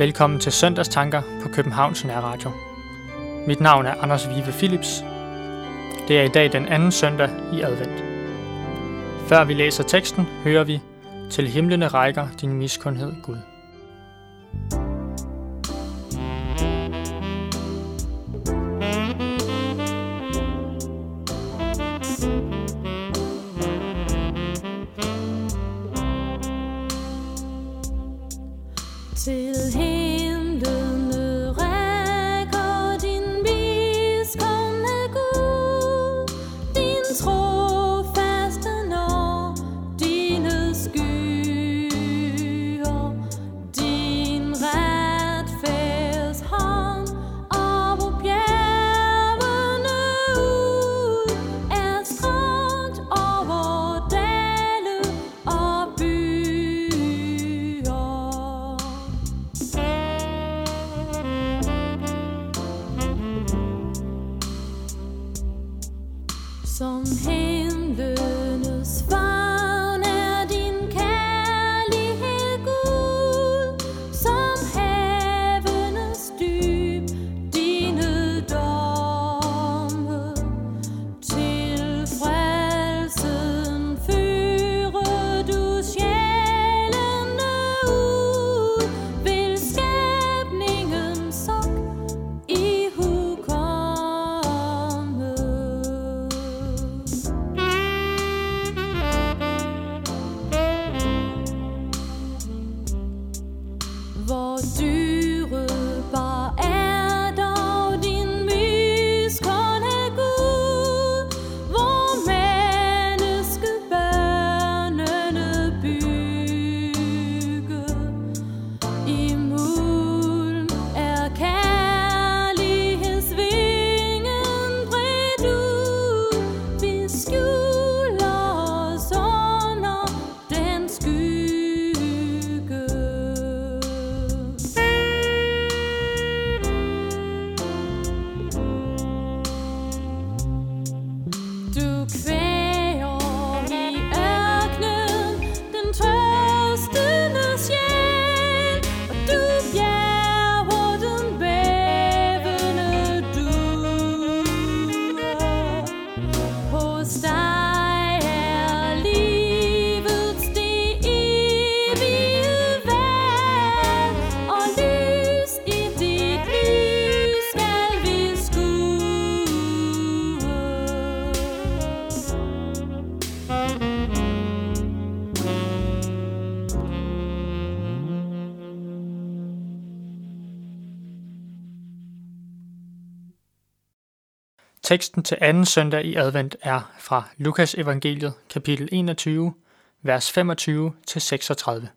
Velkommen til Søndagstanker på Københavns Nærradio. Mit navn er Anders Vive Philips. Det er i dag den anden søndag i advent. Før vi læser teksten, hører vi: Til himlene rækker din miskundhed, Gud. Til himlene rækker din miskundhed, Gud, din trofaste når dine skyer, din retfærds hånd over bjergene ud, er strakt over dale og byer. Som himlenes favn er din kærlighed, Gud, som havenes dyb dine domme. Til frelsen fører du sjælene ud, vil skabningen sok i hu komme. Hvor dyrebar er dog din miskundhed, Gud, hvor menneskebørnene bygge. I mulm er kærlighedsvingen bredt ud, vi skjuler os under den skygge. Du kvæger i ørkenen den tørstende sjæl, og du bjerger den bævende duer. Hos dig er livets det evige valg, og lys i dit lys skal vi skue. Teksten til anden søndag i advent er fra Lukas evangeliet, kapitel 21, vers 25-36.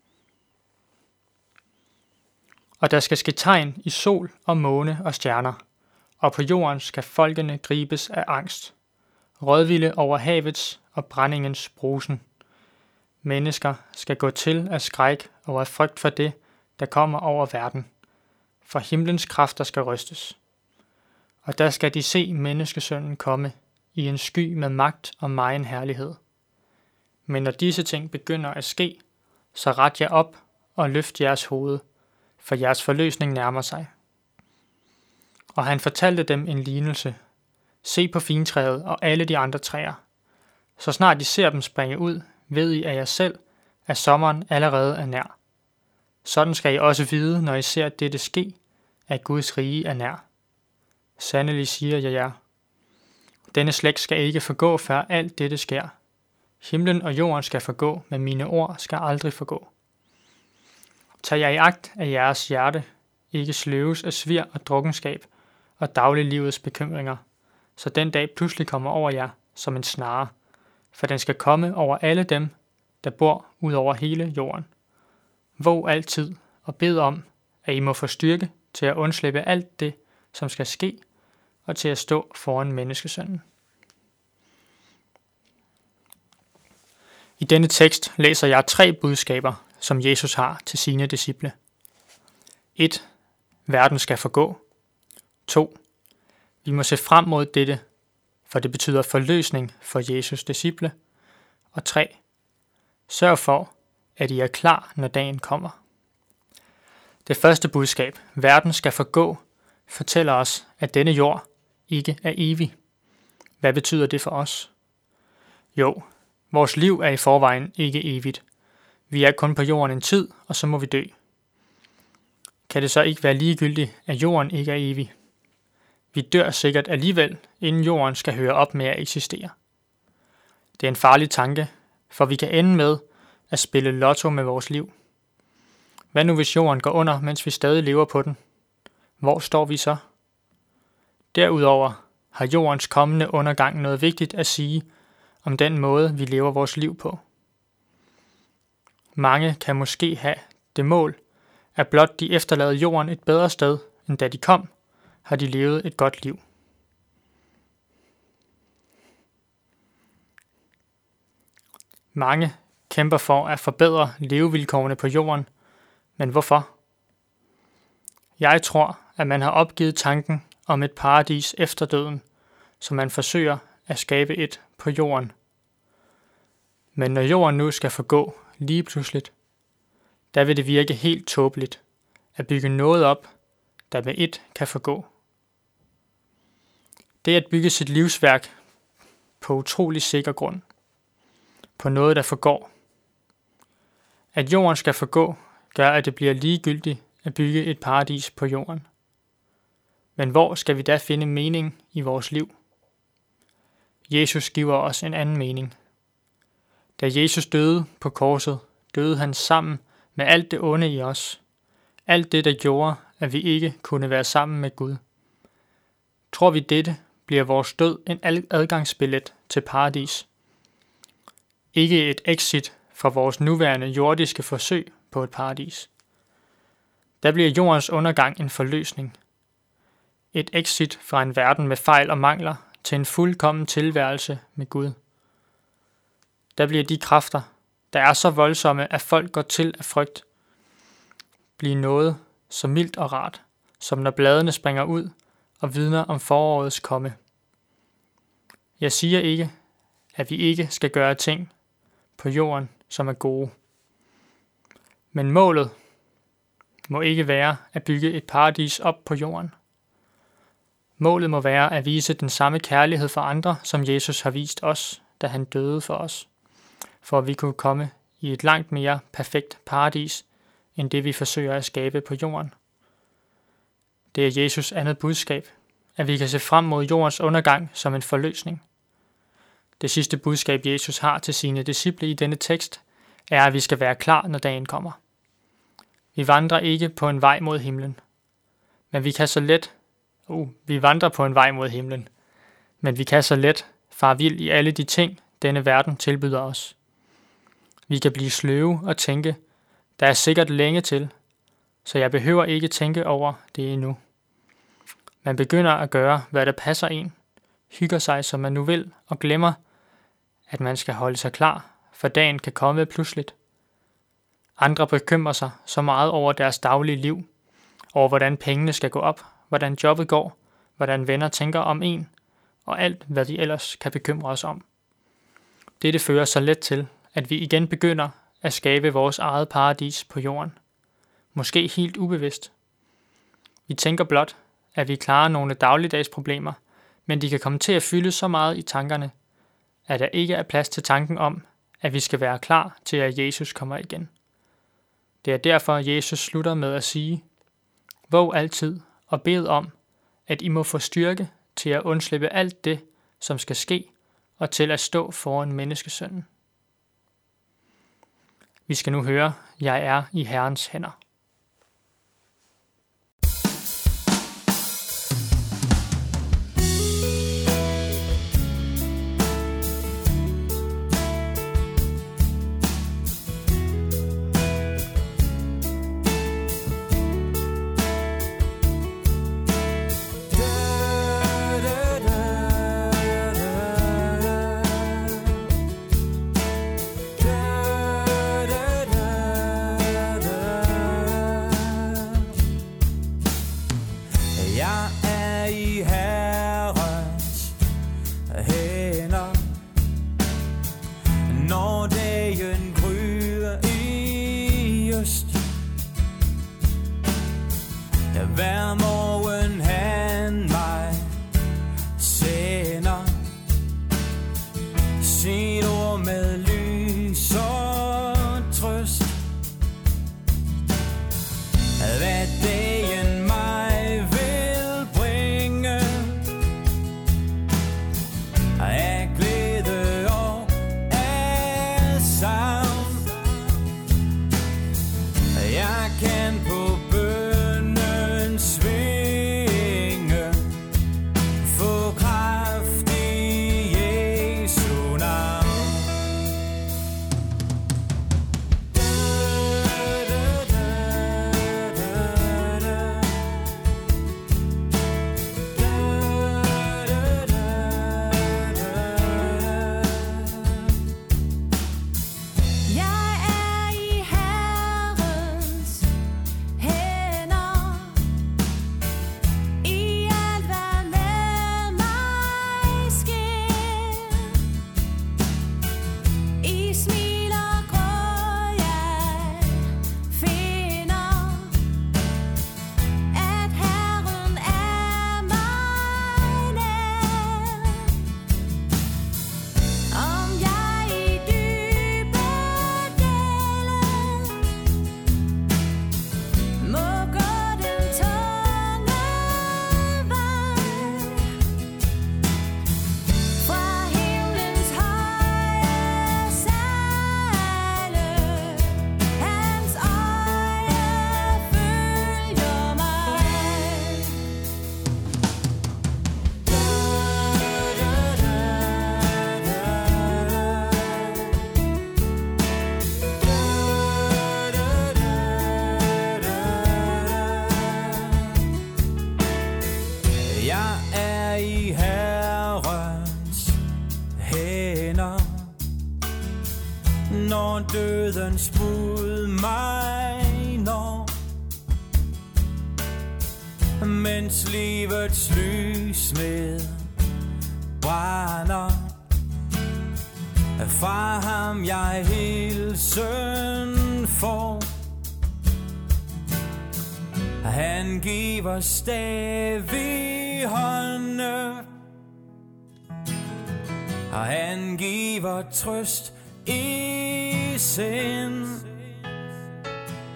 Og der skal ske tegn i sol og måne og stjerner, og på jorden skal folkene gribes af angst, rådvilde over havets og brændingens brusen. Mennesker skal gå til af skræk og af frygt for det, der kommer over verden, for himlens kræfter skal rystes. Og der skal de se menneskesønnen komme i en sky med magt og megen herlighed. Men når disse ting begynder at ske, så ret jer op og løft jeres hoved, for jeres forløsning nærmer sig. Og han fortalte dem en lignelse. Se på fintræet og alle de andre træer. Så snart I ser dem springe ud, ved I af jer selv, at sommeren allerede er nær. Sådan skal I også vide, når I ser dette ske, at Guds rige er nær. Sandelig siger jeg jer. Denne slægt skal ikke forgå, før alt dette sker. Himlen og jorden skal forgå, men mine ord skal aldrig forgå. Tag jer i agt af jeres hjerte, ikke sløves af svir og drukkenskab og dagliglivets bekymringer, så den dag pludselig kommer over jer som en snare, for den skal komme over alle dem, der bor ud over hele jorden. Våg altid og bed om, at I må få styrke til at undslippe alt det, som skal ske, og til at stå foran menneskesønnen. I denne tekst læser jeg 3 budskaber, som Jesus har til sine disciple. 1. Verden skal forgå. 2. Vi må se frem mod dette, for det betyder forløsning for Jesus disciple. Og 3. Sørg for, at I er klar, når dagen kommer. Det første budskab, verden skal forgå, fortæller os, at denne jord ikke er evig. Hvad betyder det for os? Jo, vores liv er i forvejen ikke evigt. Vi er kun på jorden en tid, og så må vi dø. Kan det så ikke være ligegyldigt, at jorden ikke er evig? Vi dør sikkert alligevel, inden jorden skal høre op med at eksistere. Det er en farlig tanke, for vi kan ende med at spille lotto med vores liv. Hvad nu hvis jorden går under, mens vi stadig lever på den? Hvor står vi så? Derudover har jordens kommende undergang noget vigtigt at sige om den måde, vi lever vores liv på. Mange kan måske have det mål, at blot de efterlader jorden et bedre sted, end da de kom, har de levet et godt liv. Mange kæmper for at forbedre levevilkårene på jorden, men hvorfor? Jeg tror, at man har opgivet tanken om et paradis efter døden, så man forsøger at skabe et på jorden. Men når jorden nu skal forgå lige pludseligt, der vil det virke helt tåbeligt at bygge noget op, der med et kan forgå. Det at bygge sit livsværk på utrolig sikker grund, på noget, der forgår. At jorden skal forgå, gør, at det bliver ligegyldigt at bygge et paradis på jorden. Men hvor skal vi da finde mening i vores liv? Jesus giver os en anden mening. Da Jesus døde på korset, døde han sammen med alt det onde i os. Alt det, der gjorde, at vi ikke kunne være sammen med Gud. Tror vi dette, bliver vores død en adgangsbillet til paradis. Ikke et exit fra vores nuværende jordiske forsøg på et paradis. Der bliver jordens undergang en forløsning. Et exit fra en verden med fejl og mangler til en fuldkommen tilværelse med Gud. Der bliver de kræfter, der er så voldsomme, at folk går til af frygt, blive noget så mildt og rart, som når bladene springer ud og vidner om forårets komme. Jeg siger ikke, at vi ikke skal gøre ting på jorden, som er gode. Men målet må ikke være at bygge et paradis op på jorden. Målet må være at vise den samme kærlighed for andre, som Jesus har vist os, da han døde for os, for at vi kunne komme i et langt mere perfekt paradis, end det vi forsøger at skabe på jorden. Det er Jesus andet budskab, at vi kan se frem mod jordens undergang som en forløsning. Det sidste budskab, Jesus har til sine disciple i denne tekst, er, at vi skal være klar, når dagen kommer. Vi vandrer ikke på en vej mod himlen, men vi kan så let fare vild i alle de ting, denne verden tilbyder os. Vi kan blive sløve og tænke, der er sikkert længe til, så jeg behøver ikke tænke over det endnu. Man begynder at gøre, hvad der passer en, hygger sig, som man nu vil, og glemmer, at man skal holde sig klar, for dagen kan komme pludseligt. Andre bekymrer sig så meget over deres daglige liv, over hvordan pengene skal gå op, hvordan jobbet går, hvordan venner tænker om en, og alt, hvad vi ellers kan bekymre os om. Dette fører så let til, at vi igen begynder at skabe vores eget paradis på jorden. Måske helt ubevidst. Vi tænker blot, at vi klarer nogle dagligdags problemer, men de kan komme til at fylde så meget i tankerne, at der ikke er plads til tanken om, at vi skal være klar til, at Jesus kommer igen. Det er derfor, Jesus slutter med at sige, våg altid og bed om, at I må få styrke til at undslippe alt det, som skal ske, og til at stå foran menneskesønnen. Vi skal nu høre, jeg er i Herrens hænder. Når dagen gryder i øst, Hver morgen han mig sender sit ord med lys og trøst. Hvad dagen mig vil bringe af glæde og af savn, jeg kan på bønnens vinge få kraft i Jesu navn. Jeg er i Herrens hænder, i alt hvad med mig sker. I smil og gråd jeg finder, at Herren er mig nær. Om jeg i dybe dale må gå den tunge vej, fra himlens høje sale, hans øje følger mig. Jeg er i Herrens hænder, når dødens bud mig når, mens livets lys med brænder. Fra ham jeg hilsen får, han giver stadig hånden, og han giver trøst i sind.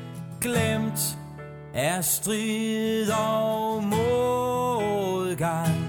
Glemt er strid og modgang,